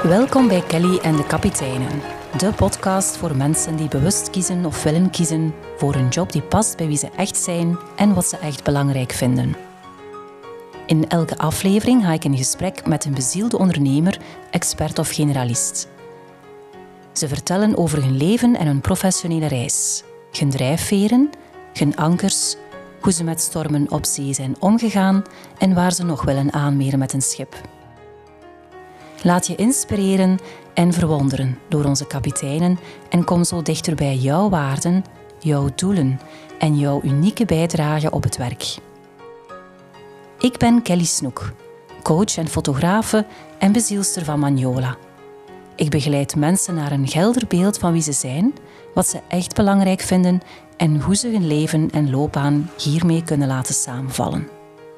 Welkom bij Kelly en de Kapiteinen. De podcast voor mensen die bewust kiezen of willen kiezen voor een job die past bij wie ze echt zijn en wat ze echt belangrijk vinden. In elke aflevering ga ik in gesprek met een bezielde ondernemer, expert of generalist. Ze vertellen over hun leven en hun professionele reis, hun drijfveren, hun ankers, hoe ze met stormen op zee zijn omgegaan en waar ze nog willen aanmeren met een schip. Laat je inspireren en verwonderen door onze kapiteinen en kom zo dichter bij jouw waarden, jouw doelen en jouw unieke bijdrage op het werk. Ik ben Kelly Snoek, coach en fotografe en bezielster van Magnola. Ik begeleid mensen naar een helder beeld van wie ze zijn, wat ze echt belangrijk vinden en hoe ze hun leven en loopbaan hiermee kunnen laten samenvallen.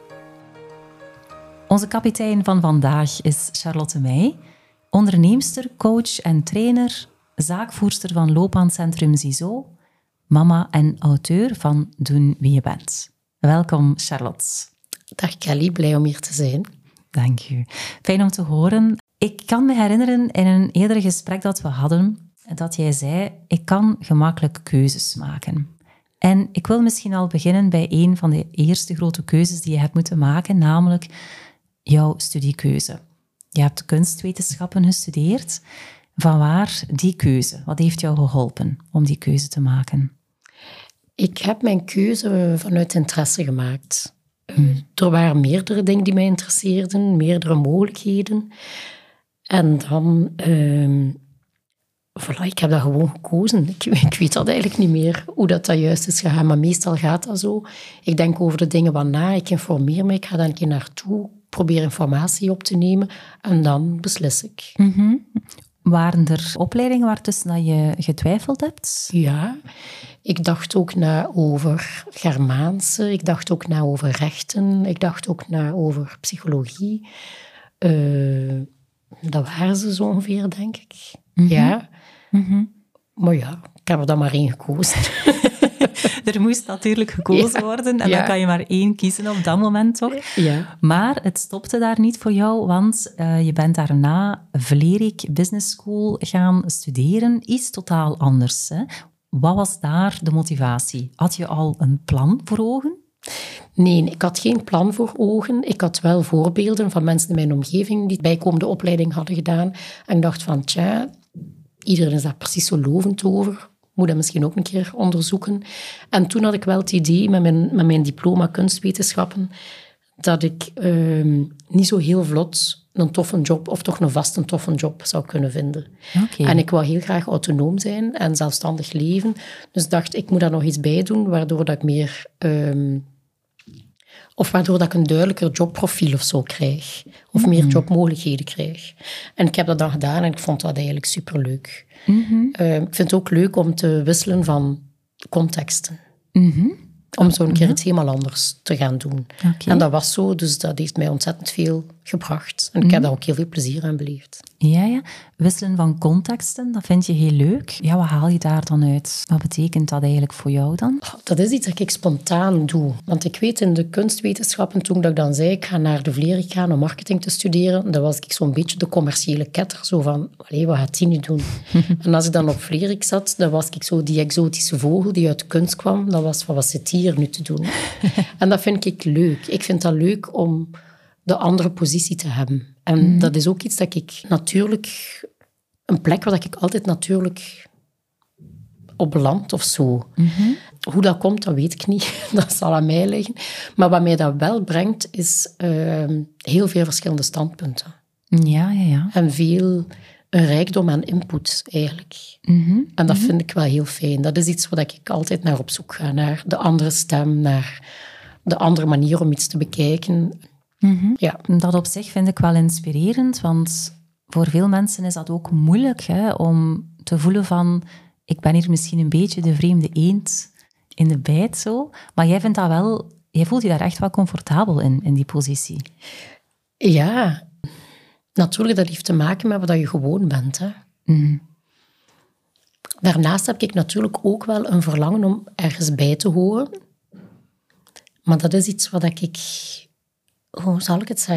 Onze kapitein van vandaag is Charlotte Meij, onderneemster, coach en trainer, zaakvoerster van loopbaancentrum Zizo, mama en auteur van Doen wie je bent. Welkom, Charlotte. Dag Kelly, blij om hier te zijn. Dank u. Fijn om te horen. Ik kan me herinneren in een eerder gesprek dat we hadden, dat jij zei, ik kan gemakkelijk keuzes maken. En ik wil misschien al beginnen bij een van de eerste grote keuzes die je hebt moeten maken, namelijk jouw studiekeuze. Je hebt kunstwetenschappen gestudeerd. Vanwaar die keuze? Wat heeft jou geholpen om die keuze te maken? Ik heb mijn keuze vanuit interesse gemaakt. Er waren meerdere dingen die mij interesseerden, meerdere mogelijkheden. En dan, voilà, ik heb dat gewoon gekozen. Ik weet dat eigenlijk niet meer, hoe dat juist is gegaan, maar meestal gaat dat zo. Ik denk over de dingen wat na, ik informeer me, ik ga daar een keer naartoe, probeer informatie op te nemen en dan beslis ik. Mm-hmm. Waren er opleidingen waartussen dat je getwijfeld hebt? Ja, ik dacht ook na over Germaanse, ik dacht ook na over rechten, ik dacht ook na over psychologie. Dat waren ze zo ongeveer, denk ik. Mm-hmm. Ja. Mm-hmm. Maar ja, ik heb er dan maar één gekozen. Er moest natuurlijk gekozen worden en dan kan je maar één kiezen op dat moment, toch? Ja. Maar het stopte daar niet voor jou, want je bent daarna Vlerik Business School gaan studeren. Iets totaal anders, hè? Wat was daar de motivatie? Had je al een plan voor ogen? Nee, ik had geen plan voor ogen. Ik had wel voorbeelden van mensen in mijn omgeving die bijkomende opleiding hadden gedaan. En ik dacht van, tja, iedereen is daar precies zo lovend over. Moet dat misschien ook een keer onderzoeken. En toen had ik wel het idee met mijn diploma kunstwetenschappen dat ik niet zo heel vlot een toffe job, of toch een toffe job zou kunnen vinden. Okay. En ik wou heel graag autonoom zijn en zelfstandig leven. Dus dacht ik moet daar nog iets bij doen, waardoor dat ik meer... of waardoor dat ik een duidelijker jobprofiel of zo krijg. Of meer jobmogelijkheden krijg. En ik heb dat dan gedaan en ik vond dat eigenlijk superleuk. Mm-hmm. Ik vind het ook leuk om te wisselen van contexten. Mm-hmm. Om zo een keer iets helemaal anders te gaan doen. Okay. En dat was zo, dus dat heeft mij ontzettend veel gebracht. En ik heb daar ook heel veel plezier aan beleefd. Ja. Wisselen van contexten, dat vind je heel leuk. Ja, wat haal je daar dan uit? Wat betekent dat eigenlijk voor jou dan? Dat is iets dat ik spontaan doe. Want ik weet in de kunstwetenschappen, toen ik dan zei, ik ga naar de Vlerik gaan om marketing te studeren, dan was ik zo'n beetje de commerciële ketter. Zo van, wat gaat die nu doen? En als ik dan op Vlerik zat, dan was ik zo die exotische vogel die uit kunst kwam. Dat was van, wat zit hier nu te doen? En dat vind ik leuk. Ik vind dat leuk om de andere positie te hebben. En dat is ook iets dat ik natuurlijk... Een plek waar ik altijd natuurlijk op beland of zo. Mm-hmm. Hoe dat komt, dat weet ik niet. Dat zal aan mij liggen. Maar wat mij dat wel brengt, is heel veel verschillende standpunten. Ja. En veel een rijkdom aan input, eigenlijk. Mm-hmm. En dat vind ik wel heel fijn. Dat is iets waar ik altijd naar op zoek ga. Naar de andere stem, naar de andere manier om iets te bekijken. Mm-hmm. Ja. Dat op zich vind ik wel inspirerend, want voor veel mensen is dat ook moeilijk, hè, om te voelen van, ik ben hier misschien een beetje de vreemde eend in de bijt, zo. Maar jij vindt dat wel, jij voelt je daar echt wel comfortabel in die positie. Ja, natuurlijk, dat heeft te maken met wat je gewoon bent, hè. Mm. Daarnaast heb ik natuurlijk ook wel een verlangen om ergens bij te horen. Maar dat is iets wat ik... Hoe zal ik het zeggen?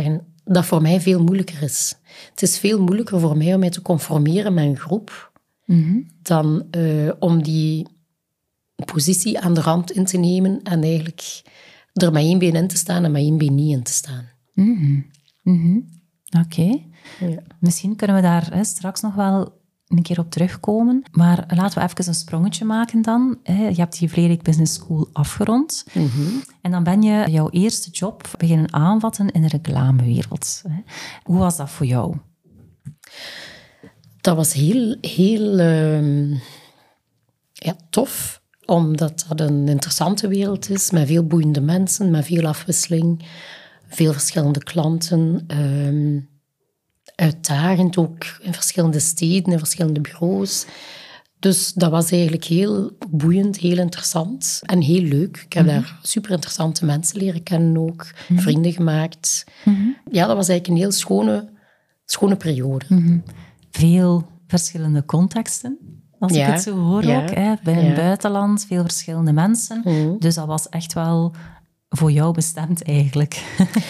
dat voor mij veel moeilijker is. Het is veel moeilijker voor mij om mij te conformeren met een groep dan om die positie aan de rand in te nemen en eigenlijk er met één been in te staan en met één been niet in te staan. Oké. Ja. Misschien kunnen we daar straks nog wel een keer op terugkomen. Maar laten we even een sprongetje maken dan. Je hebt die Vlerik Business School afgerond. En dan ben je jouw eerste job beginnen aanvatten in de reclamewereld. Hoe was dat voor jou? Dat was heel tof, omdat dat een interessante wereld is, met veel boeiende mensen, met veel afwisseling, veel verschillende klanten, uitdagend ook in verschillende steden, in verschillende bureaus. Dus dat was eigenlijk heel boeiend, heel interessant en heel leuk. Ik heb daar super interessante mensen leren kennen ook, vrienden gemaakt. Ja, dat was eigenlijk een heel schone periode. Veel verschillende contexten, als ik het zo hoor ook. Binnen het buitenland, veel verschillende mensen. Dus dat was echt wel voor jou bestemd eigenlijk.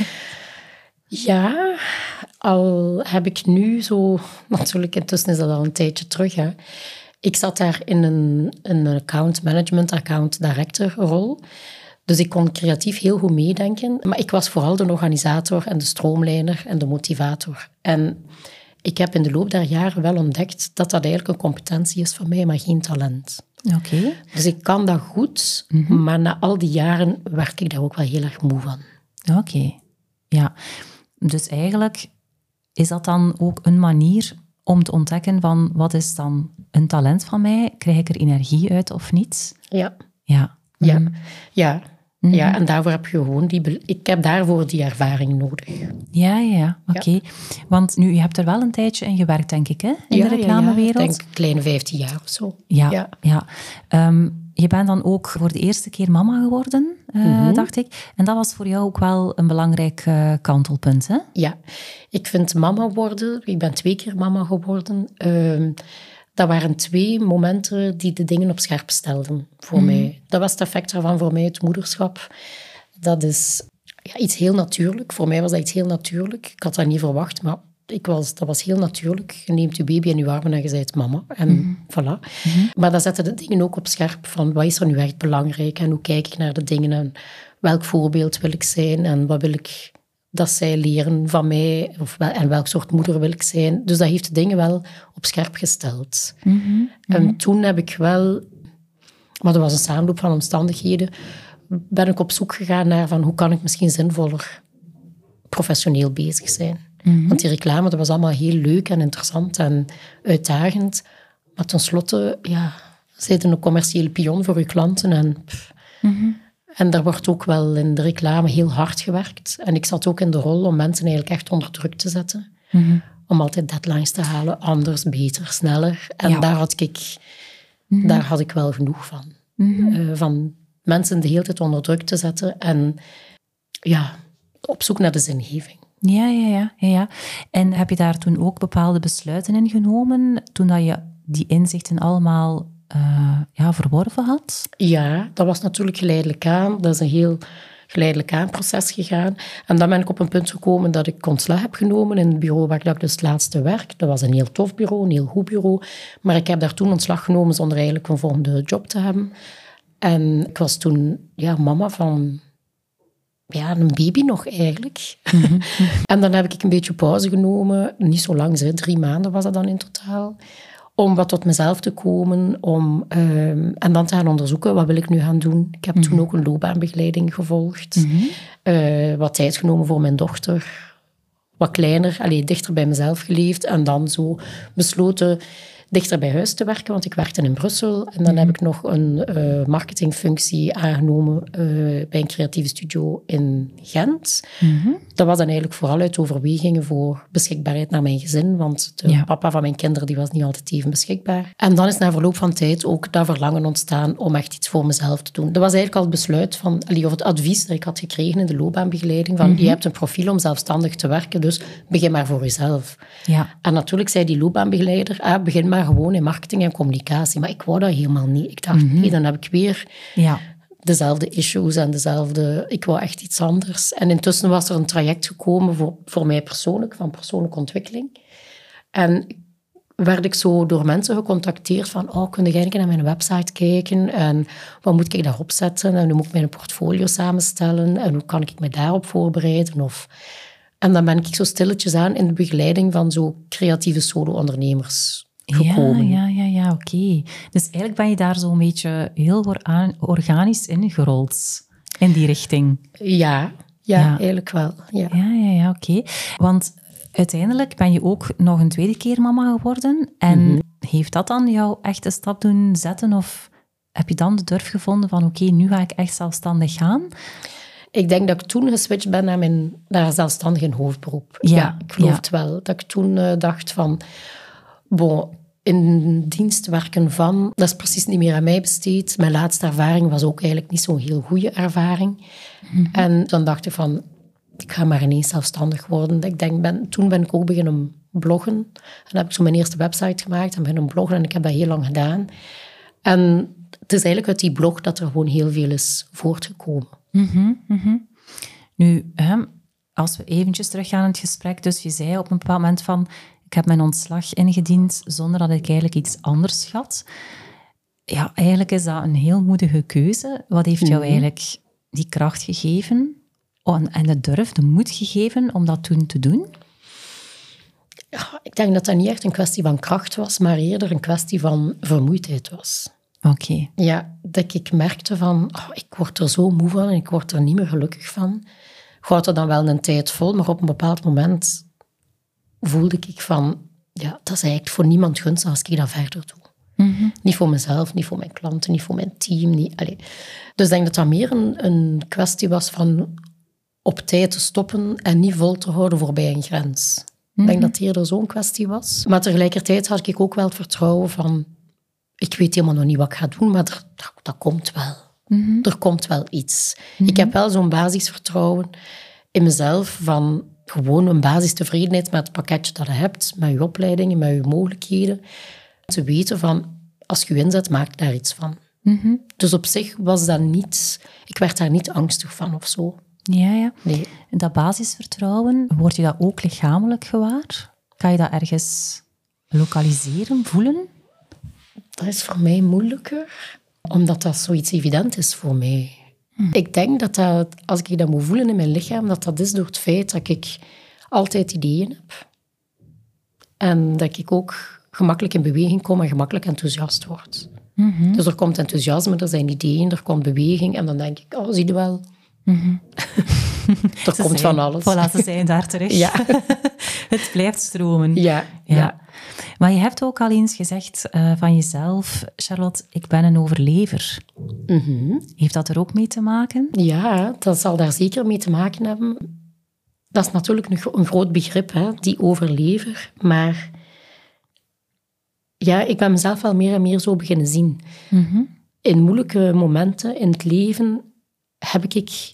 Ja, al heb ik nu zo... Natuurlijk, intussen is dat al een tijdje terug. Hè. Ik zat daar in een account management, account director rol. Dus ik kon creatief heel goed meedenken. Maar ik was vooral de organisator en de stroomlijner en de motivator. En ik heb in de loop der jaren wel ontdekt dat dat eigenlijk een competentie is van mij, maar geen talent. Oké. Dus ik kan dat goed, maar na al die jaren werk ik daar ook wel heel erg moe van. Oké. Ja. Dus eigenlijk is dat dan ook een manier om te ontdekken van wat is dan een talent van mij? Krijg ik er energie uit of niet? Ja. Ja. Ja, en daarvoor heb je gewoon ik heb daarvoor die ervaring nodig. Ja. Oké. Want nu, je hebt er wel een tijdje in gewerkt, denk ik, hè? In de reclamewereld. Ja, ik denk een kleine 15 jaar of zo. Ja. Je bent dan ook voor de eerste keer mama geworden, dacht ik. En dat was voor jou ook wel een belangrijk kantelpunt, hè? Ja, ik vind mama worden... Ik ben 2 keer mama geworden. Dat waren 2 momenten die de dingen op scherp stelden voor mij. Dat was het effect daarvan voor mij, het moederschap. Dat is iets heel natuurlijk. Voor mij was dat iets heel natuurlijk. Ik had dat niet verwacht, maar dat was heel natuurlijk. Je neemt je baby in je armen en je bent mama. En voilà. Maar dat zette de dingen ook op scherp van wat is er nu echt belangrijk en hoe kijk ik naar de dingen en welk voorbeeld wil ik zijn en wat wil ik dat zij leren van mij en welk soort moeder wil ik zijn. Dus dat heeft de dingen wel op scherp gesteld. En toen heb ik wel, maar dat was een samenloop van omstandigheden, ben ik op zoek gegaan naar van hoe kan ik misschien zinvoller professioneel bezig zijn. Want die reclame, dat was allemaal heel leuk en interessant en uitdagend. Maar tenslotte, zit een commerciële pion voor je klanten. En daar wordt ook wel in de reclame heel hard gewerkt. En ik zat ook in de rol om mensen eigenlijk echt onder druk te zetten. Om altijd deadlines te halen, anders, beter, sneller. En daar had ik wel genoeg van. Van mensen de hele tijd onder druk te zetten. En op zoek naar de zingeving. Ja. En heb je daar toen ook bepaalde besluiten in genomen, toen dat je die inzichten allemaal verworven had? Ja, dat was natuurlijk geleidelijk aan. Dat is een heel geleidelijk aan proces gegaan. En dan ben ik op een punt gekomen dat ik ontslag heb genomen in het bureau waar ik dus het laatste werk. Dat was een heel tof bureau, een heel goed bureau. Maar ik heb daar toen ontslag genomen zonder eigenlijk een volgende job te hebben. En ik was toen mama van... een baby nog eigenlijk. En dan heb ik een beetje pauze genomen. Niet zo lang, 3 maanden was dat dan in totaal. Om wat tot mezelf te komen. En dan te gaan onderzoeken, wat wil ik nu gaan doen? Ik heb toen ook een loopbaanbegeleiding gevolgd. Wat tijd genomen voor mijn dochter. Wat kleiner, dichter bij mezelf geleefd. En dan zo besloten dichter bij huis te werken, want ik werkte in Brussel. En dan heb ik nog een marketingfunctie aangenomen bij een creatieve studio in Gent. Dat was dan eigenlijk vooral uit overwegingen voor beschikbaarheid naar mijn gezin, want de papa van mijn kinderen die was niet altijd even beschikbaar. En dan is na verloop van tijd ook dat verlangen ontstaan om echt iets voor mezelf te doen. Dat was eigenlijk al het besluit van, of het advies dat ik had gekregen in de loopbaanbegeleiding, van je hebt een profiel om zelfstandig te werken, dus begin maar voor jezelf. Ja. En natuurlijk zei die loopbaanbegeleider, begin maar gewoon in marketing en communicatie. Maar ik wou dat helemaal niet. Ik dacht, nee, dan heb ik weer dezelfde issues en dezelfde... Ik wou echt iets anders. En intussen was er een traject gekomen voor mij persoonlijk, van persoonlijke ontwikkeling. En werd ik zo door mensen gecontacteerd van, kun jij naar mijn website kijken en wat moet ik daarop zetten en hoe moet ik mijn portfolio samenstellen en hoe kan ik me daarop voorbereiden? En dan ben ik zo stilletjes aan in de begeleiding van zo creatieve solo-ondernemers gekomen. Ja, oké. Dus eigenlijk ben je daar zo'n beetje heel organisch ingerold in die richting. Ja, eigenlijk wel. Ja, oké. Want uiteindelijk ben je ook nog een tweede keer mama geworden. En heeft dat dan jou echt een stap doen zetten? Of heb je dan de durf gevonden van oké, nu ga ik echt zelfstandig gaan? Ik denk dat ik toen geswitcht ben naar zelfstandig in hoofdberoep. Ja, ik geloof het wel. Dat ik toen dacht van... in dienst werken van... Dat is precies niet meer aan mij besteed. Mijn laatste ervaring was ook eigenlijk niet zo'n heel goede ervaring. En dan dacht ik van... Ik ga maar ineens zelfstandig worden. Toen ben ik ook beginnen bloggen. En dan heb ik zo mijn eerste website gemaakt en beginnen bloggen. En ik heb dat heel lang gedaan. En het is eigenlijk uit die blog dat er gewoon heel veel is voortgekomen. Nu, als we eventjes teruggaan in het gesprek. Dus je zei op een bepaald moment van... Ik heb mijn ontslag ingediend zonder dat ik eigenlijk iets anders had. Ja, eigenlijk is dat een heel moedige keuze. Wat heeft jou eigenlijk die kracht gegeven... en de durf, de moed gegeven om dat toen te doen? Ja, ik denk dat dat niet echt een kwestie van kracht was, maar eerder een kwestie van vermoeidheid was. Oké. Ja, dat ik merkte van, ik word er zo moe van en ik word er niet meer gelukkig van. Ik houd er dan wel een tijd vol, maar op een bepaald moment voelde ik van, ja, dat is eigenlijk voor niemand gunstig als ik dat verder doe. Niet voor mezelf, niet voor mijn klanten, niet voor mijn team. Dus ik denk dat dat meer een kwestie was van op tijd te stoppen en niet vol te houden voorbij een grens. Ik denk dat het eerder zo'n kwestie was. Maar tegelijkertijd had ik ook wel het vertrouwen van... Ik weet helemaal nog niet wat ik ga doen, maar dat komt wel. Er komt wel iets. Ik heb wel zo'n basisvertrouwen in mezelf van gewoon een basistevredenheid met het pakketje dat je hebt, met je opleidingen, met je mogelijkheden. Te weten van, als je je inzet, maak daar iets van. Dus op zich was dat niet... Ik werd daar niet angstig van of zo. Ja. Nee. En dat basisvertrouwen, word je dat ook lichamelijk gewaar? Kan je dat ergens lokaliseren, voelen? Dat is voor mij moeilijker, omdat dat zoiets evident is voor mij. Ik denk dat als ik dat moet voelen in mijn lichaam, dat is door het feit dat ik altijd ideeën heb. En dat ik ook gemakkelijk in beweging kom en gemakkelijk enthousiast word. Dus er komt enthousiasme, er zijn ideeën, er komt beweging. En dan denk ik, zie je wel... Er komt van alles. Voilà, ze zijn daar terecht. Ja. Het blijft stromen. Ja. Maar je hebt ook al eens gezegd van jezelf, Charlotte, ik ben een overlever. Heeft dat er ook mee te maken? Ja, dat zal daar zeker mee te maken hebben. Dat is natuurlijk een groot begrip, hè, die overlever. Maar ja, ik ben mezelf wel meer en meer zo beginnen zien. In moeilijke momenten in het leven heb ik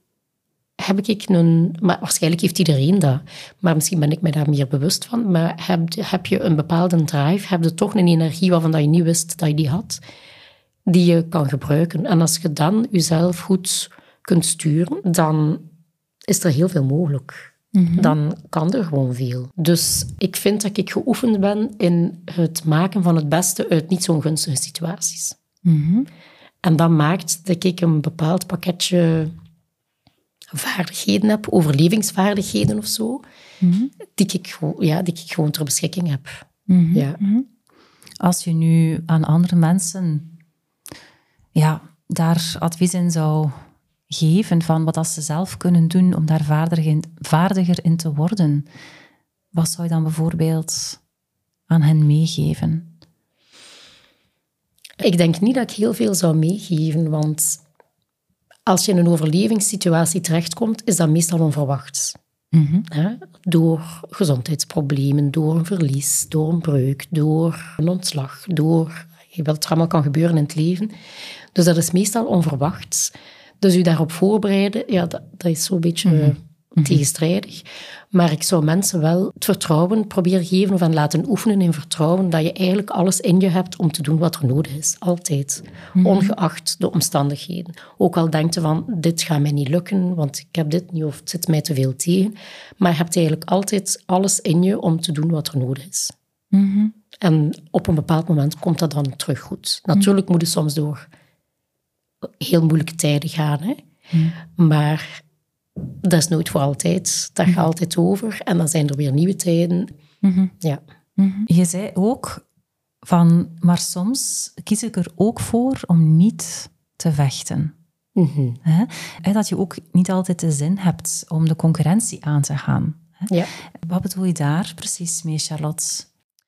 maar waarschijnlijk heeft iedereen dat, maar misschien ben ik mij daar meer bewust van, maar heb je een bepaalde drive, heb je toch een energie waarvan dat je niet wist dat je die had, die je kan gebruiken. En als je dan jezelf goed kunt sturen, dan is er heel veel mogelijk. Dan kan er gewoon veel. Dus ik vind dat ik geoefend ben in het maken van het beste uit niet zo'n gunstige situaties. En dat maakt dat ik een bepaald pakketje vaardigheden heb, overlevingsvaardigheden of zo, die ik gewoon ter beschikking heb. Als je nu aan andere mensen daar advies in zou geven van wat ze zelf kunnen doen om daar vaardiger in te worden, wat zou je dan bijvoorbeeld aan hen meegeven? Ik denk niet dat ik heel veel zou meegeven, want als je in een overlevingssituatie terechtkomt, is dat meestal onverwachts. Door gezondheidsproblemen, door een verlies, door een breuk, door een ontslag, door wat er allemaal kan gebeuren in het leven. Dus dat is meestal onverwachts. Dus je daarop voorbereiden, dat is zo'n beetje tegenstrijdig. Maar ik zou mensen wel het vertrouwen proberen geven of aan laten oefenen in vertrouwen dat je eigenlijk alles in je hebt om te doen wat er nodig is. Altijd. Ongeacht de omstandigheden. Ook al denkt je van, dit gaat mij niet lukken, want ik heb dit niet of het zit mij te veel tegen. Maar je hebt eigenlijk altijd alles in je om te doen wat er nodig is. En op een bepaald moment komt dat dan terug goed. Natuurlijk moet je soms door heel moeilijke tijden gaan. Hè? Maar dat is nooit voor altijd. Dat gaat altijd over. En dan zijn er weer nieuwe tijden. Ja. Je zei ook van, maar soms kies ik er ook voor om niet te vechten. Hè? En dat je ook niet altijd de zin hebt om de concurrentie aan te gaan. Hè? Ja. Wat bedoel je daar precies mee, Charlotte?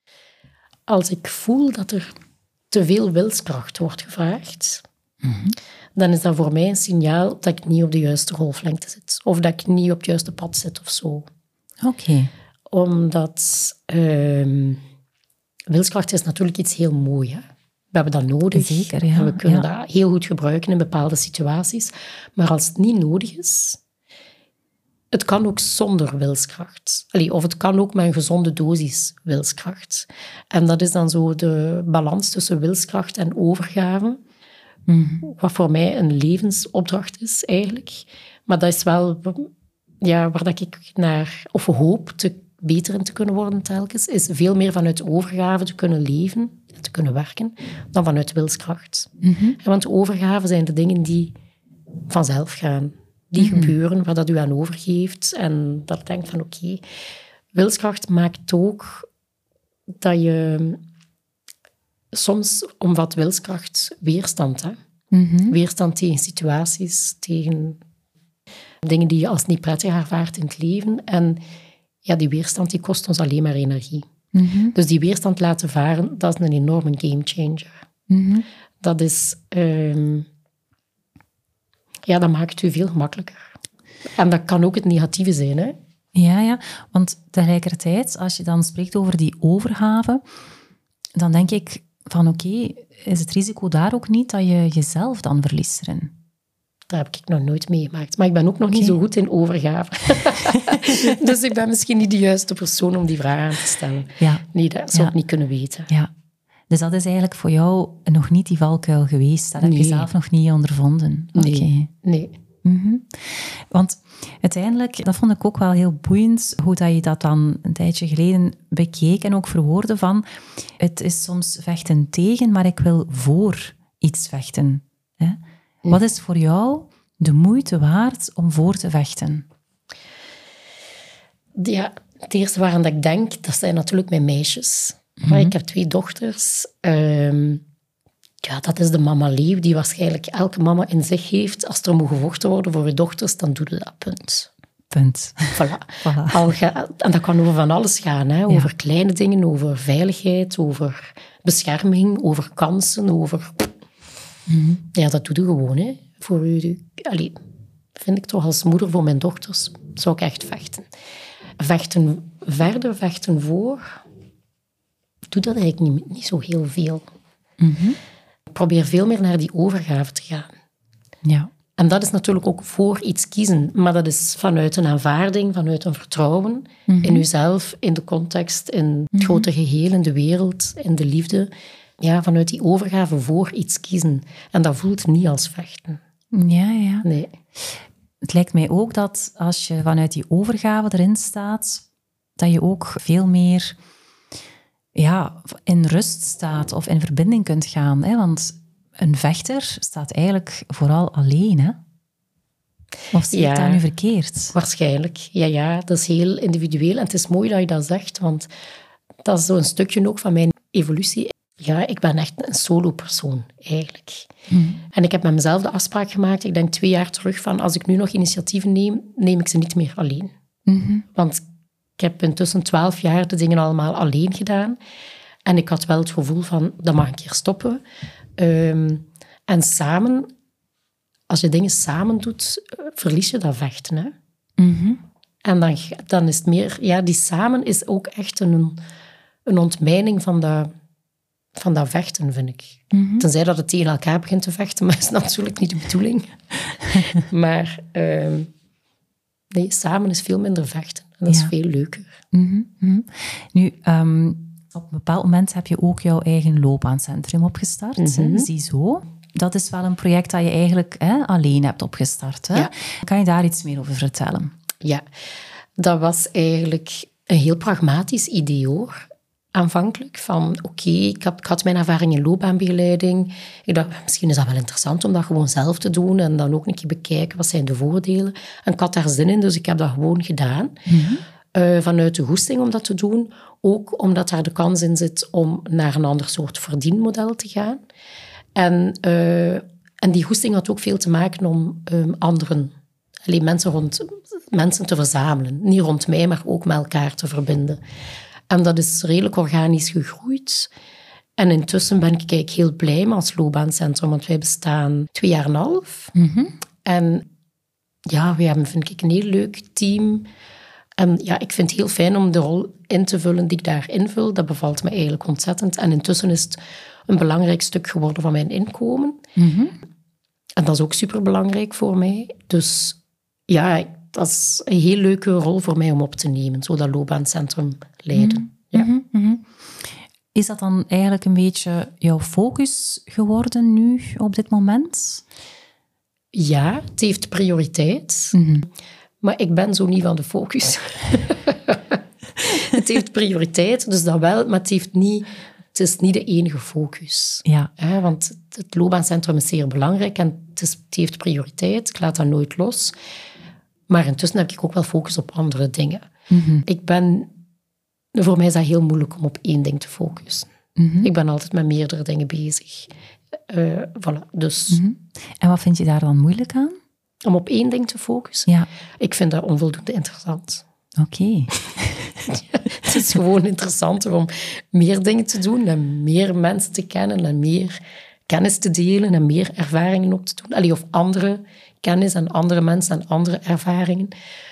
Als ik voel dat er te veel wilskracht wordt gevraagd, dan is dat voor mij een signaal dat ik niet op de juiste golflengte zit. Of dat ik niet op het juiste pad zit of zo. Oké. Omdat wilskracht is natuurlijk iets heel moois. Hè? We hebben dat nodig. Zeker, ja. En we kunnen dat heel goed gebruiken in bepaalde situaties. Maar als het niet nodig is... Het kan ook zonder wilskracht. Of het kan ook met een gezonde dosis wilskracht. En dat is dan zo de balans tussen wilskracht en overgave. Wat voor mij een levensopdracht is, eigenlijk. Maar dat is wel waar dat ik naar... Of hoop beter in te kunnen worden telkens. Is veel meer vanuit overgave te kunnen leven en te kunnen werken, dan vanuit wilskracht. Want overgave zijn de dingen die vanzelf gaan. Die gebeuren, waar dat u aan overgeeft. En dat denkt van oké. Wilskracht maakt ook dat je soms omvat wilskracht weerstand. Hè? Weerstand tegen situaties, tegen dingen die je als niet prettig ervaart in het leven. En ja, die weerstand die kost ons alleen maar energie. Dus die weerstand laten varen, dat is een enorme gamechanger. Dat is... dat maakt het u veel gemakkelijker. En dat kan ook het negatieve zijn. Hè? Ja, want tegelijkertijd, als je dan spreekt over die overgave, dan denk ik van oké, is het risico daar ook niet dat je jezelf dan verliest erin? Dat heb ik nog nooit meegemaakt. Maar ik ben ook nog niet zo goed in overgave. Dus ik ben misschien niet de juiste persoon om die vraag aan te stellen. Ja. Nee, dat zou ik niet kunnen weten. Ja. Dus dat is eigenlijk voor jou nog niet die valkuil geweest. Dat heb je zelf nog niet ondervonden. Nee. Want uiteindelijk, dat vond ik ook wel heel boeiend, hoe dat je dat dan een tijdje geleden bekeek en ook verwoordde van, het is soms vechten tegen, maar ik wil voor iets vechten. Hè? Wat is voor jou de moeite waard om voor te vechten? Ja, het eerste waaraan dat ik denk, dat zijn natuurlijk mijn meisjes. Maar ik heb 2 dochters. Dat is de mama-leeuw die waarschijnlijk elke mama in zich heeft. Als er moet gevochten worden voor je dochters, dan doe je dat, punt. Voilà. En dat kan over van alles gaan. Hè? Over kleine dingen, over veiligheid, over bescherming, over kansen, over... Ja, dat doe je gewoon. Hè? Voor u. Vind ik toch als moeder voor mijn dochters, zou ik echt vechten. Vechten verder, vechten voor... Ik doe dat eigenlijk niet zo heel veel. Ik probeer veel meer naar die overgave te gaan. Ja. En dat is natuurlijk ook voor iets kiezen. Maar dat is vanuit een aanvaarding, vanuit een vertrouwen in uzelf, in de context, in het grote geheel, in de wereld, in de liefde. Ja, vanuit die overgave voor iets kiezen. En dat voelt niet als vechten. Ja. Nee. Het lijkt mij ook dat als je vanuit die overgave erin staat, dat je ook veel meer in rust staat of in verbinding kunt gaan. Hè? Want een vechter staat eigenlijk vooral alleen. Hè? Of zie ik dat nu verkeerd? Waarschijnlijk. Ja, dat is heel individueel. En het is mooi dat je dat zegt, want dat is zo'n stukje ook van mijn evolutie. Ja, ik ben echt een solo-persoon, eigenlijk. En ik heb met mezelf de afspraak gemaakt, ik denk 2 jaar terug, van als ik nu nog initiatieven neem ik ze niet meer alleen. Want ik heb intussen 12 jaar de dingen allemaal alleen gedaan. En ik had wel het gevoel van, dat mag een keer stoppen. En samen, als je dingen samen doet, verlies je dat vechten. Hè? En dan is het meer... Ja, die samen is ook echt een ontmijning van dat vechten, vind ik. Tenzij dat het tegen elkaar begint te vechten, maar dat is natuurlijk niet de bedoeling. Maar Nee, samen is veel minder vechten. En dat is veel leuker. Nu, op een bepaald moment heb je ook jouw eigen loopbaancentrum opgestart. Hè? Ziezo. Dat is wel een project dat je eigenlijk alleen hebt opgestart. Hè? Ja. Kan je daar iets meer over vertellen? Ja, dat was eigenlijk een heel pragmatisch idee, hoor. Aanvankelijk van, ik had mijn ervaring in loopbaanbegeleiding. Ik dacht, misschien is dat wel interessant om dat gewoon zelf te doen en dan ook een keer bekijken, wat zijn de voordelen. En ik had daar zin in, dus ik heb dat gewoon gedaan. Vanuit de goesting om dat te doen. Ook omdat daar de kans in zit om naar een ander soort verdienmodel te gaan. En die goesting had ook veel te maken om mensen te verzamelen. Niet rond mij, maar ook met elkaar te verbinden. En dat is redelijk organisch gegroeid. En intussen ben ik eigenlijk heel blij met ons loopbaancentrum, want wij bestaan 2,5 jaar. En ja, we hebben, vind ik, een heel leuk team. En ja, ik vind het heel fijn om de rol in te vullen die ik daar invul. Dat bevalt me eigenlijk ontzettend. En intussen is het een belangrijk stuk geworden van mijn inkomen. En dat is ook superbelangrijk voor mij. Dus ja, dat is een heel leuke rol voor mij om op te nemen. Zo dat loopbaancentrum leiden. Ja. Is dat dan eigenlijk een beetje jouw focus geworden nu, op dit moment? Ja, het heeft prioriteit. Maar ik ben zo niet van de focus. Het heeft prioriteit, dus dat wel, maar het is niet de enige focus. Ja. Want het loopbaancentrum is zeer belangrijk en het heeft prioriteit. Ik laat dat nooit los. Maar intussen heb ik ook wel focus op andere dingen. Voor mij is dat heel moeilijk om op één ding te focussen. Ik ben altijd met meerdere dingen bezig. Voilà, dus. En wat vind je daar dan moeilijk aan? Om op één ding te focussen? Ja. Ik vind dat onvoldoende interessant. Oké. Het is gewoon interessanter om meer dingen te doen en meer mensen te kennen en meer kennis te delen en meer ervaringen op te doen. Allee, of andere kennis en andere mensen en andere ervaringen.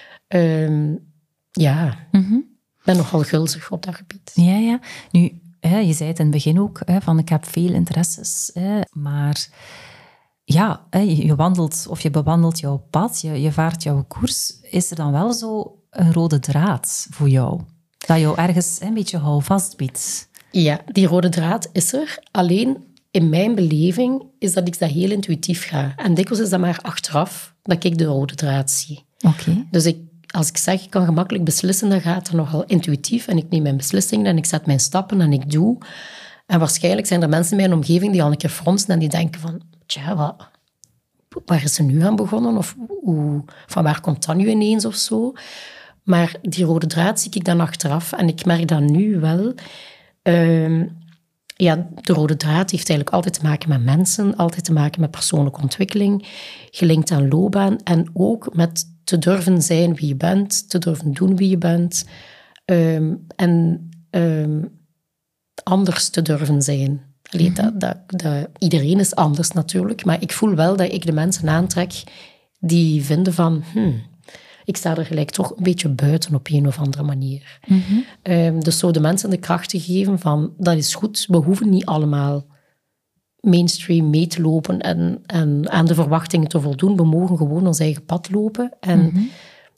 Ik ben nogal gulzig op dat gebied. Ja. Nu, je zei het in het begin ook, van ik heb veel interesses, maar ja, je wandelt of je bewandelt jouw pad, je vaart jouw koers. Is er dan wel zo een rode draad voor jou? Dat jou ergens een beetje houvast biedt? Ja, die rode draad is er. Alleen in mijn beleving is dat iets dat heel intuïtief gaat. En dikwijls is dat maar achteraf dat ik de rode draad zie. Oké. Dus als ik zeg, ik kan gemakkelijk beslissen, dan gaat het nogal intuïtief. En ik neem mijn beslissingen en ik zet mijn stappen en ik doe. En waarschijnlijk zijn er mensen in mijn omgeving die al een keer fronsen en die denken van, tja, waar is ze nu aan begonnen? Of van waar komt dat nu ineens of zo? Maar die rode draad zie ik dan achteraf. En ik merk dat nu wel. De rode draad heeft eigenlijk altijd te maken met mensen, altijd te maken met persoonlijke ontwikkeling, gelinkt aan loopbaan en ook met te durven zijn wie je bent, te durven doen wie je bent en anders te durven zijn. Allee, iedereen is anders natuurlijk, maar ik voel wel dat ik de mensen aantrek die vinden van, ik sta er gelijk toch een beetje buiten op een of andere manier. Dus zo de mensen de kracht te geven van, dat is goed, we hoeven niet allemaal mainstream mee te lopen en aan de verwachtingen te voldoen. We mogen gewoon ons eigen pad lopen en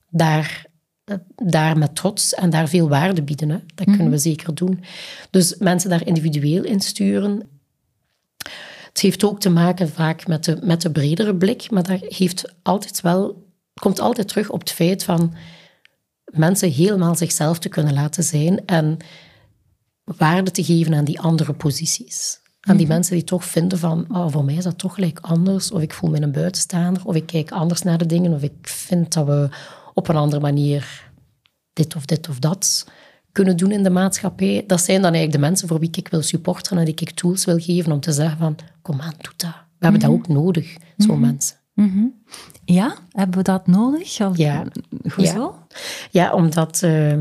daar met trots en daar veel waarde bieden. Hè. Dat kunnen we zeker doen. Dus mensen daar individueel in sturen. Het heeft ook te maken vaak met de bredere blik, maar dat komt altijd terug op het feit van mensen helemaal zichzelf te kunnen laten zijn en waarde te geven aan die andere posities. Aan die mensen die toch vinden van, voor mij is dat toch gelijk anders, of ik voel me een buitenstaander, of ik kijk anders naar de dingen, of ik vind dat we op een andere manier dit of dat kunnen doen in de maatschappij. Dat zijn dan eigenlijk de mensen voor wie ik wil supporteren en die ik tools wil geven om te zeggen van, kom aan, doe dat. We hebben dat ook nodig, zo'n mensen. Ja, hebben we dat nodig? Of, ja. Hoezo? Ja, omdat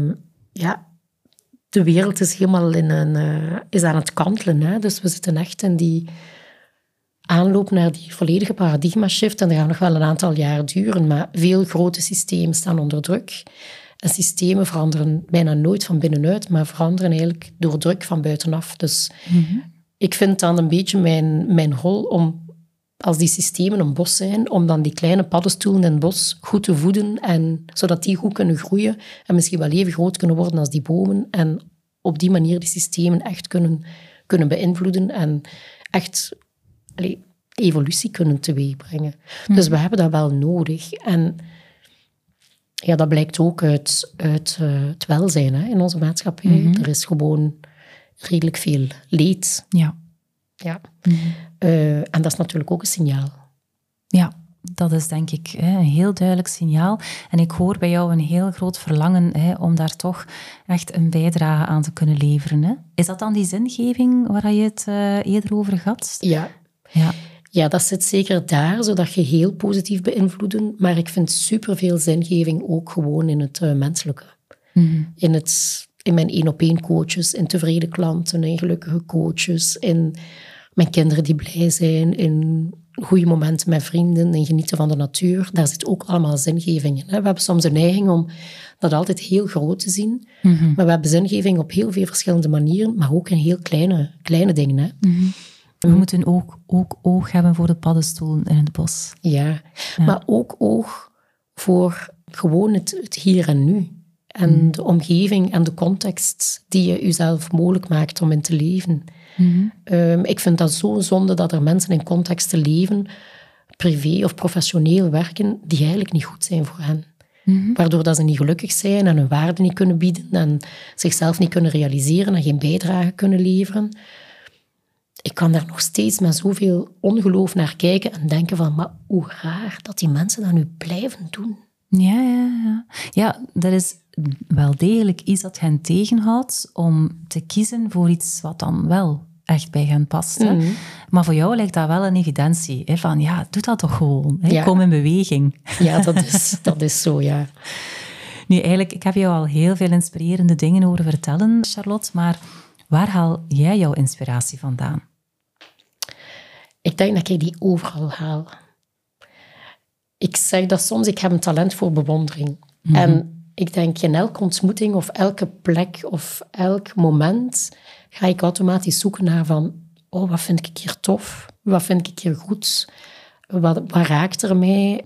de wereld is helemaal is aan het kantelen. Hè? Dus we zitten echt in die aanloop naar die volledige paradigma-shift. En dat gaat nog wel een aantal jaar duren. Maar veel grote systemen staan onder druk. En systemen veranderen bijna nooit van binnenuit, maar veranderen eigenlijk door druk van buitenaf. Dus ik vind dan een beetje mijn rol om als die systemen een bos zijn, om dan die kleine paddenstoelen in het bos goed te voeden, en zodat die goed kunnen groeien en misschien wel even groot kunnen worden als die bomen. En op die manier die systemen echt kunnen beïnvloeden en echt evolutie kunnen teweegbrengen. Dus we hebben dat wel nodig. En ja, dat blijkt ook uit het welzijn in onze maatschappij. Er is gewoon redelijk veel leed. Ja. En dat is natuurlijk ook een signaal. Ja, dat is denk ik een heel duidelijk signaal. En ik hoor bij jou een heel groot verlangen om daar toch echt een bijdrage aan te kunnen leveren. Hè? Is dat dan die zingeving waar je het eerder over had? Ja, dat zit zeker daar, zodat je heel positief beïnvloeden. Maar ik vind superveel zingeving ook gewoon in het menselijke. In mijn 1-op-1 coaches, in tevreden klanten, in gelukkige coaches, in mijn kinderen die blij zijn, in goede momenten met vrienden, in genieten van de natuur. Daar zit ook allemaal zingeving in. We hebben soms een neiging om dat altijd heel groot te zien. Maar we hebben zingeving op heel veel verschillende manieren, maar ook in heel kleine dingen. We moeten ook oog hebben voor de paddenstoelen in het bos. Ja, maar ook oog voor gewoon het hier en nu. En de omgeving en de context die je jezelf mogelijk maakt om in te leven. Ik vind dat zo zonde dat er mensen in contexten leven, privé of professioneel werken, die eigenlijk niet goed zijn voor hen. Waardoor dat ze niet gelukkig zijn en hun waarde niet kunnen bieden en zichzelf niet kunnen realiseren en geen bijdrage kunnen leveren. Ik kan daar nog steeds met zoveel ongeloof naar kijken en denken van, maar hoe raar dat die mensen dat nu blijven doen. Ja, dat is wel degelijk iets dat hen tegenhoudt om te kiezen voor iets wat dan wel echt bij hen past. Hè? Maar voor jou lijkt dat wel een evidentie. Hè? Van ja, doe dat toch gewoon. Hè? Ja. Kom in beweging. Ja, dat is zo, ja. Nu, eigenlijk, ik heb jou al heel veel inspirerende dingen horen vertellen, Charlotte, maar waar haal jij jouw inspiratie vandaan? Ik denk dat ik die overal haal. Ik zeg dat soms, ik heb een talent voor bewondering. En ik denk, in elke ontmoeting of elke plek of elk moment ga ik automatisch zoeken naar van, oh, wat vind ik hier tof? Wat vind ik hier goed? Wat raakt er mij?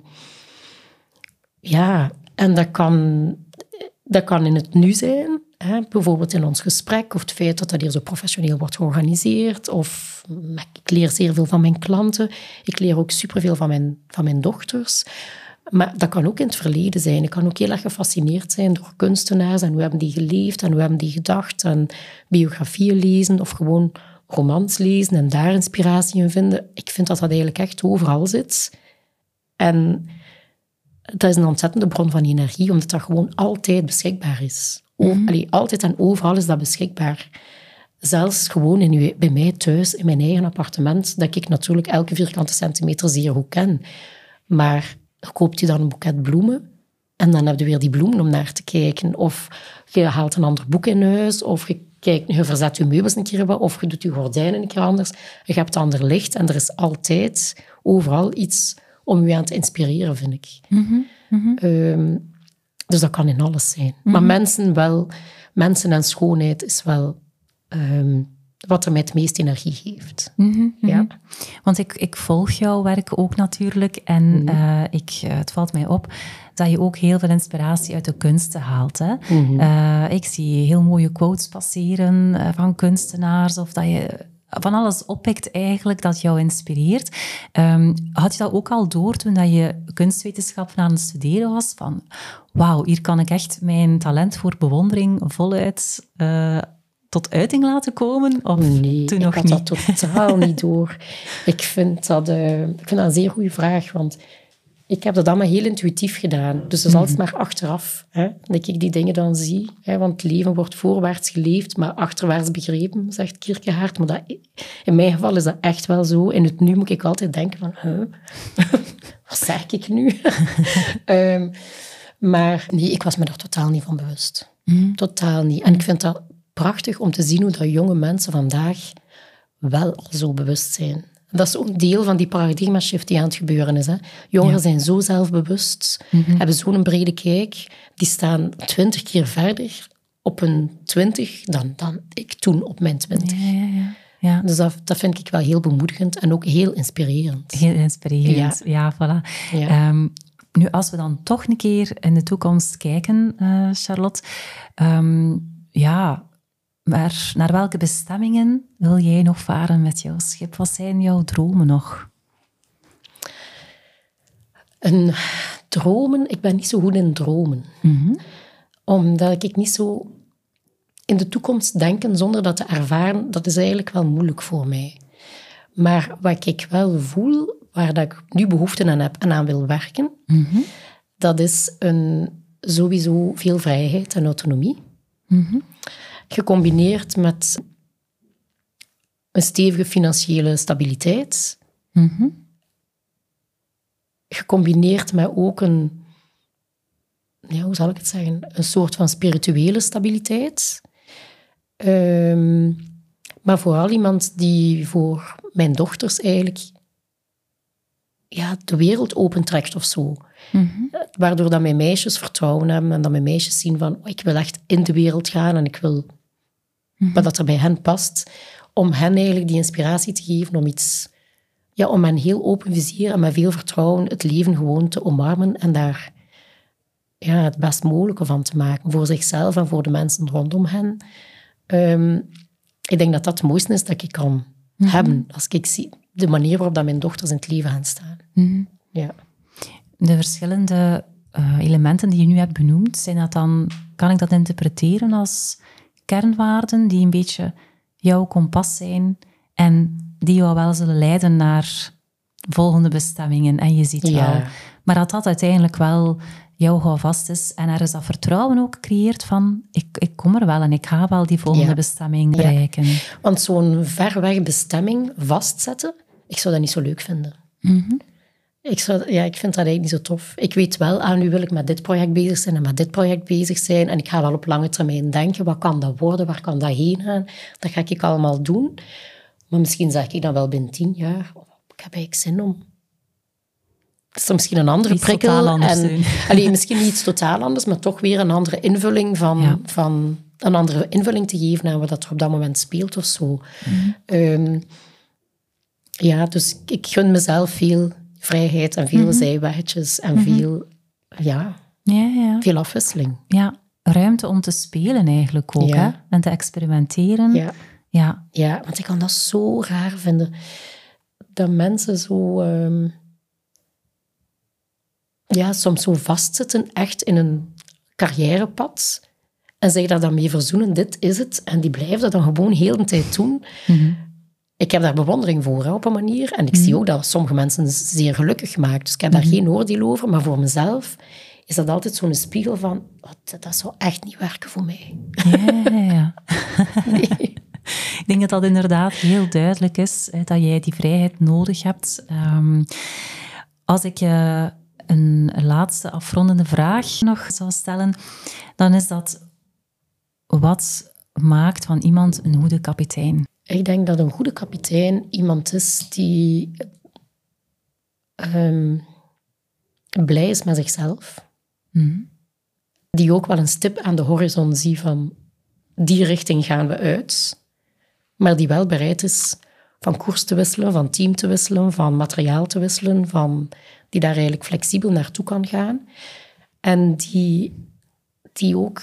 Ja, en dat kan in het nu zijn. Hè? Bijvoorbeeld in ons gesprek, of het feit dat hier zo professioneel wordt georganiseerd. Of ik leer zeer veel van mijn klanten. Ik leer ook superveel van mijn dochters. Maar dat kan ook in het verleden zijn. Ik kan ook heel erg gefascineerd zijn door kunstenaars en hoe hebben die geleefd en hoe hebben die gedacht. En biografieën lezen of gewoon romans lezen en daar inspiratie in vinden. Ik vind dat eigenlijk echt overal zit. En dat is een ontzettende bron van energie, omdat dat gewoon altijd beschikbaar is. Altijd en overal is dat beschikbaar. Zelfs gewoon bij mij thuis, in mijn eigen appartement, dat ik natuurlijk elke vierkante centimeter zeer goed ken. Maar koopt je dan een boeket bloemen en dan heb je weer die bloemen om naar te kijken. Of je haalt een ander boek in huis, of je verzet je meubels een keer wat, of je doet je gordijnen een keer anders. Je hebt ander licht en er is altijd overal iets om je aan te inspireren, vind ik. Dus dat kan in alles zijn. Maar mensen en schoonheid is wel wat er mij het meest energie geeft. Ja. Want ik volg jouw werk ook natuurlijk. En het valt mij op dat je ook heel veel inspiratie uit de kunsten haalt. Hè? Ik zie heel mooie quotes passeren van kunstenaars. Of dat je van alles oppikt eigenlijk dat jou inspireert. Had je dat ook al door toen dat je kunstwetenschappen aan het studeren was? Van, wauw, hier kan ik echt mijn talent voor bewondering voluit tot uiting laten komen? Of nee, toen nog ik had dat totaal niet door. Ik vind dat een zeer goede vraag, want ik heb dat allemaal heel intuïtief gedaan. Dus dat is altijd maar achteraf dat ik die dingen dan zie. Want het leven wordt voorwaarts geleefd, maar achterwaarts begrepen, zegt Kierkegaard. Maar in mijn geval is dat echt wel zo. In het nu moet ik altijd denken van, wat zeg ik nu? Maar nee, ik was me daar totaal niet van bewust. Totaal niet. En ik vind dat prachtig om te zien hoe dat jonge mensen vandaag wel al zo bewust zijn. Dat is ook een deel van die paradigma-shift die aan het gebeuren is. Hè. Jongeren zijn zo zelfbewust, hebben zo'n brede kijk. Die staan 20 keer verder op hun 20 dan ik toen op mijn 20. Ja. Dus dat vind ik wel heel bemoedigend en ook heel inspirerend. Heel inspirerend, ja voilà. Ja. Nu, als we dan toch een keer in de toekomst kijken, Charlotte, maar naar welke bestemmingen wil jij nog varen met jouw schip? Wat zijn jouw dromen nog? Dromen? Ik ben niet zo goed in dromen. Omdat ik niet zo in de toekomst denken zonder dat te ervaren, dat is eigenlijk wel moeilijk voor mij. Maar wat ik wel voel, waar dat ik nu behoefte aan heb en aan wil werken, dat is sowieso veel vrijheid en autonomie. Gecombineerd met een stevige financiële stabiliteit. Gecombineerd met ook een soort van spirituele stabiliteit. Maar vooral iemand die voor mijn dochters eigenlijk de wereld opentrekt of zo. Waardoor dat mijn meisjes vertrouwen hebben en dat mijn meisjes zien van ik wil echt in de wereld gaan en ik wil wat dat er bij hen past. Om hen eigenlijk die inspiratie te geven om hen heel open vizier en met veel vertrouwen het leven gewoon te omarmen en daar het best mogelijke van te maken. Voor zichzelf en voor de mensen rondom hen. Ik denk dat dat het mooiste is dat ik kan hebben. Als ik zie de manier waarop dat mijn dochters in het leven gaan staan. Ja. De verschillende elementen die je nu hebt benoemd, zijn dat dan, kan ik dat interpreteren als kernwaarden die een beetje jouw kompas zijn en die jou wel zullen leiden naar volgende bestemmingen? En je ziet wel. Maar dat uiteindelijk wel jou houvast is en er is dat vertrouwen ook creëert van ik kom er wel en ik ga wel die volgende bestemming bereiken. Want zo'n ver weg bestemming vastzetten, ik zou dat niet zo leuk vinden. Ik vind dat eigenlijk niet zo tof. Ik weet wel, nu wil ik met dit project bezig zijn en met dit project bezig zijn en ik ga wel op lange termijn denken, wat kan dat worden, waar kan dat heen gaan? Dat ga ik allemaal doen. Maar misschien zeg ik dan wel binnen 10 jaar, ik heb eigenlijk zin om. Is er misschien een andere iets prikkel? En, misschien niet iets totaal anders, maar toch weer een andere invulling van een andere invulling te geven aan wat er op dat moment speelt of zo. Dus ik gun mezelf veel vrijheid en veel zijweggetjes en veel afwisseling. Ja, ruimte om te spelen eigenlijk ook, hè? En te experimenteren. Ja, want ik kan dat zo raar vinden. Dat mensen zo... soms zo vastzitten echt in een carrièrepad en zich daar dan mee verzoenen, dit is het. En die blijven dat dan gewoon heel de tijd doen. Ik heb daar bewondering voor, op een manier. En ik zie ook dat sommige mensen zeer gelukkig maakt. Dus ik heb daar geen oordeel over. Maar voor mezelf is dat altijd zo'n spiegel van, dat zou echt niet werken voor mij. Ja. Nee. Ik denk dat dat inderdaad heel duidelijk is, dat jij die vrijheid nodig hebt. Als ik een laatste afrondende vraag nog zou stellen, dan is dat, wat maakt van iemand een goede kapitein? Ik denk dat een goede kapitein iemand is die blij is met zichzelf. Die ook wel een stip aan de horizon ziet van die richting gaan we uit. Maar die wel bereid is van koers te wisselen, van team te wisselen, van materiaal te wisselen, die daar eigenlijk flexibel naartoe kan gaan. En die ook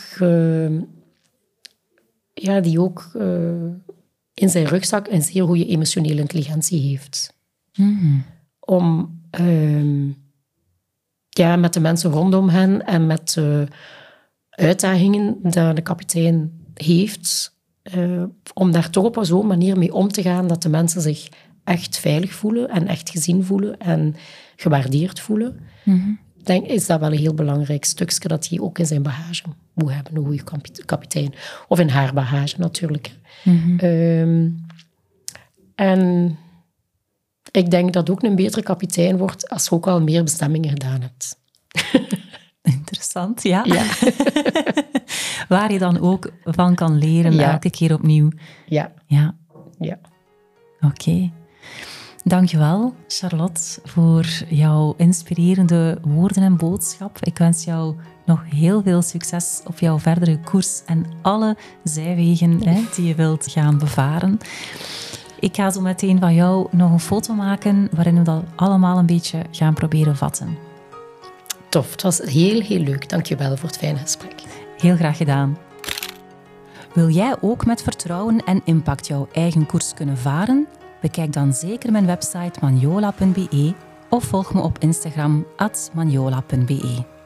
in zijn rugzak een zeer goede emotionele intelligentie heeft. Om met de mensen rondom hen en met de uitdagingen die de kapitein heeft, om daar toch op zo'n manier mee om te gaan dat de mensen zich echt veilig voelen en echt gezien voelen en gewaardeerd voelen. Ik denk, is dat wel een heel belangrijk stukje dat hij ook in zijn bagage moet hebben, een goede kapitein. Of in haar bagage natuurlijk. En ik denk dat ook een betere kapitein wordt als je ook al meer bestemmingen gedaan hebt. Interessant, ja. Waar je dan ook van kan leren, elke keer opnieuw. Ja. Oké. Dankjewel, Charlotte, voor jouw inspirerende woorden en boodschap. Ik wens jou nog heel veel succes op jouw verdere koers en alle zijwegen die je wilt gaan bevaren. Ik ga zo meteen van jou nog een foto maken waarin we dat allemaal een beetje gaan proberen vatten. Tof, het was heel, heel leuk. Dank je wel voor het fijne gesprek. Heel graag gedaan. Wil jij ook met vertrouwen en impact jouw eigen koers kunnen varen? Bekijk dan zeker mijn website manjola.be of volg me op Instagram @manjola.be.